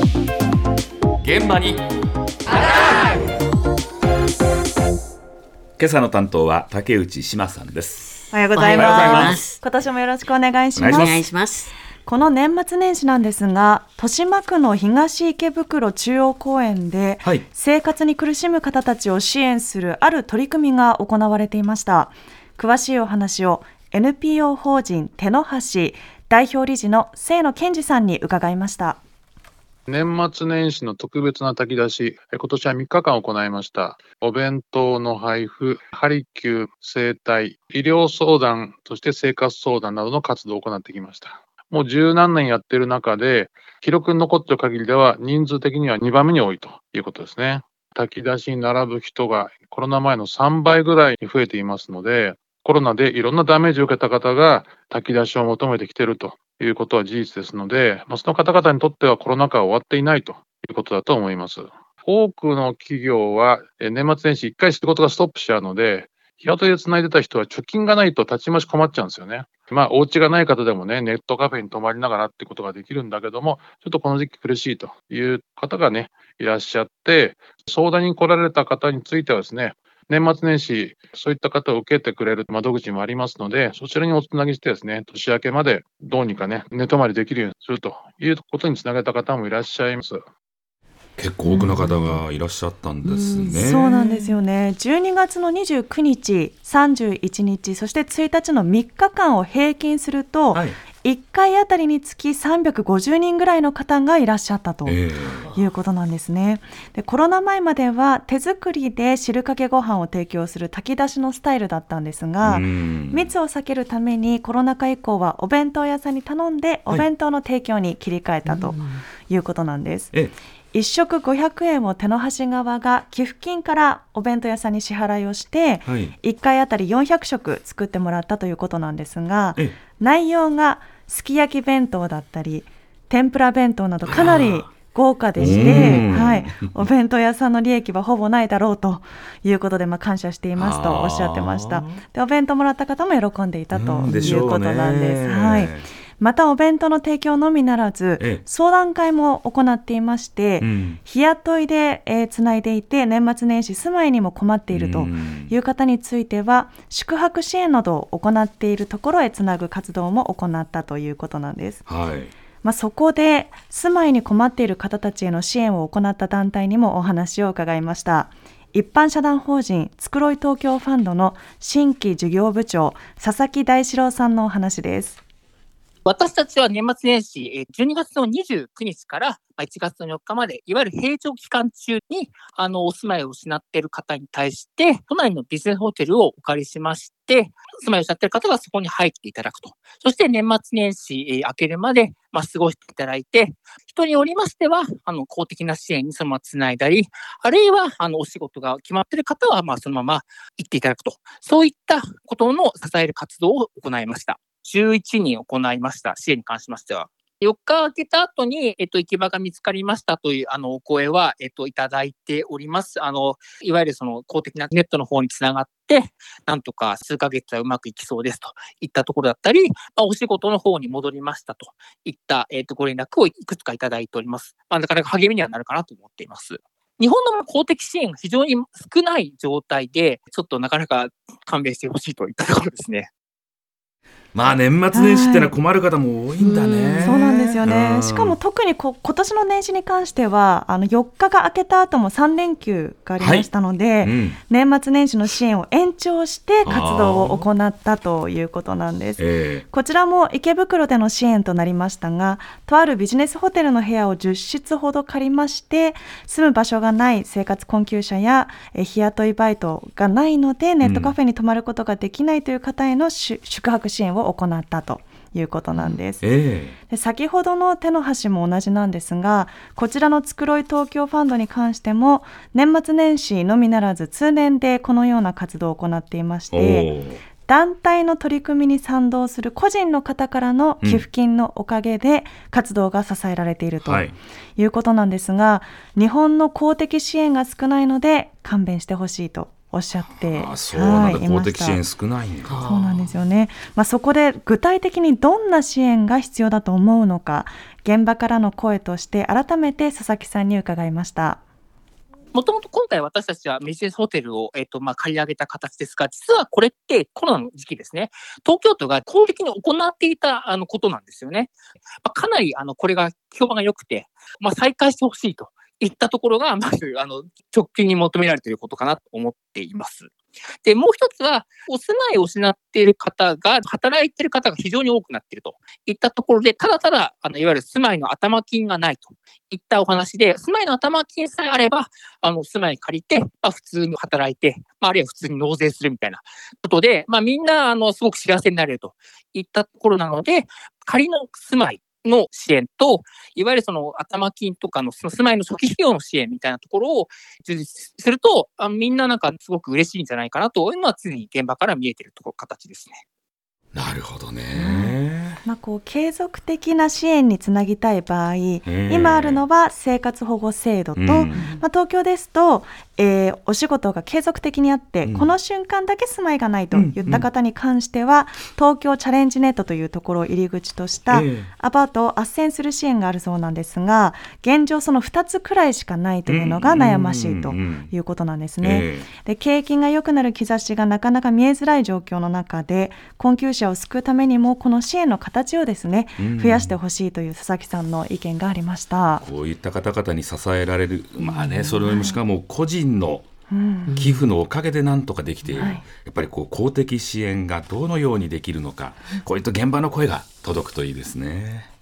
現場に今朝の担当は竹内志麻さんです。 おはようございます。今年もよろしくお願いします。 お願いします。 この年末年始なんですが、豊島区の東池袋中央公園で、生活に苦しむ方たちを支援するある取り組みが行われていました。詳しいお話を NPO 法人手の橋代表理事の清野健二さんに伺いました。 年末年始の特別な炊き出し、今年は3日間行いました。お弁当の配布、ハリキュー、整体、医療相談、そして生活相談などの活動を行ってきました。もう十何年やっている中で、記録に残っている限りでは人数的には2番目に多いということですね。炊き出しに並ぶ人がコロナ前の3倍ぐらいに増えていますので、コロナでいろんなダメージを受けた方が炊き出しを求めてきているということは事実ですので、その方々にとってはコロナ禍は終わっていないということだと思います。多くの企業は年末年始1回仕事がストップしちゃうので、日雇いでつないでた人は貯金がないとたちまち困っちゃうんですよね。お家がない方でもね、ネットカフェに泊まりながらってことができるんだけども、ちょっとこの時期苦しいという方がね、いらっしゃって、相談に来られた方についてはですね、年末年始、そういった方を受けてくれる窓口もありますので、そちらにおつなぎしてですね、年明けまでどうにかね、寝泊まりできるようにするということにつなげた方もいらっしゃいます。 結構多くの方がいらっしゃったんですね。 そうなんですよね。12月の29日、31日、そして1日の3日間を平均すると、1回あたりにつき350人ぐらいの方がいらっしゃったということなんですね。で、コロナ前までは手作りで汁かけご飯を提供する炊き出しのスタイルだったんですが、密を避けるためにコロナ禍以降はお弁当屋さんに頼んでお弁当の提供に切り替えたということなんです。1食500円を手の端側が寄付金からお弁当屋さんに支払いをして、1回あたり400食作ってもらったということなんですが、内容がすき焼き弁当だったり天ぷら弁当などかなり豪華でして、お弁当屋さんの利益はほぼないだろうということで、感謝していますとおっしゃってました。で、お弁当もらった方も喜んでいたということなんです。またお弁当の提供のみならず、相談会も行っていまして、日雇いでつないでいて年末年始住まいにも困っているという方については、宿泊支援などを行っているところへつなぐ活動も行ったということなんです。そこで住まいに困っている方たちへの支援を行った団体にもお話を伺いました。一般社団法人つくろい東京ファンドの新規事業部長佐々木大志郎さんのお話です。 私たちは年末年始12月の29日から1月の4日まで、いわゆる平常期間中にお住まいを失っている方に対して、都内のビジネスホテルをお借りしまして、住まいを失っている方がそこに入っていただくと。そして年末年始明けるまで過ごしていただいて、人によりましては公的な支援にそのままつないだり、あるいはお仕事が決まっている方はそのまま行っていただくと。そういったことの支える活動を行いました。11人行いました。支援に関しましては。4日明けた後に、行き場が見つかりましたというお声は、いただいております。いわゆるその公的なネットの方につながって、なんとか数ヶ月はうまくいきそうですといったところだったり、お仕事の方に戻りましたといった、ご連絡をいくつかいただいております。なかなか励みにはなるかなと思っています。日本の公的支援が非常に少ない状態で、ちょっとなかなか勘弁してほしいといったところですね。 年末年始ってのは困る方も多いんだね。 そうなんですよね。しかも特に今年の年始に関しては4日が明けた後も3連休がありましたので、年末年始の支援を延長して活動を行ったということなんです。こちらも池袋での支援となりましたが、とあるビジネスホテルの部屋を10室ほど借りまして、住む場所がない生活困窮者や日雇いバイトがないのでネットカフェに泊まることができないという方への宿泊支援を行ったということなんです。で、先ほどの手の端も同じなんですが、こちらのつくろい東京ファンドに関しても年末年始のみならず通年でこのような活動を行っていまして、団体の取り組みに賛同する個人の方からの寄付金のおかげで活動が支えられているということなんですが、日本の公的支援が少ないので勘弁してほしいとおっしゃっていました。 公的支援少ないんだ。 そうなんですよね。そこで具体的にどんな支援が必要だと思うのか、 現場からの声として改めて佐々木さんに伺いました。 もともと今回私たちはビジネスホテルを、借り上げた形ですが、実はこれってコロナの時期ですね、東京都が公的に行っていたことなんですよね。かなりこれが評判が良くて、再開してほしいといったところが、まず直近に求められていることかなと思っています。で、もう一つは、お住まいを失っている方が、働いている方が非常に多くなっているといったところで、ただただ、いわゆる住まいの頭金がないといったお話で、住まいの頭金さえあれば、住まい借りて、普通に働いて、あるいは普通に納税するみたいなことで、みんな、すごく幸せになれるといったところなので、仮の住まいの支援と、いわゆるその頭金とかのその住まいの初期費用の支援みたいなところを充実すると、みんななんかすごく嬉しいんじゃないかなというのは常に現場から見えている形ですね。 なるほどね。 継続的な支援につなぎたい場合、今あるのは生活保護制度と、東京ですと、お仕事が継続的にあって、この瞬間だけ住まいがないといった方に関しては、東京チャレンジネットというところを入り口としたアパートを斡旋する支援があるそうなんですが、現状その2つくらいしかないというのが悩ましいということなんですね。で、景気が良くなる兆しがなかなか見えづらい状況の中で、困窮者を救うためにもこの支援の形をですね、増やしてほしいという佐々木さんの意見がありました。 こういった方々に支えられる、それもしかも個人の寄付のおかげでなんとかできている、やっぱり公的支援がどのようにできるのか、こういった現場の声が届くといいですね。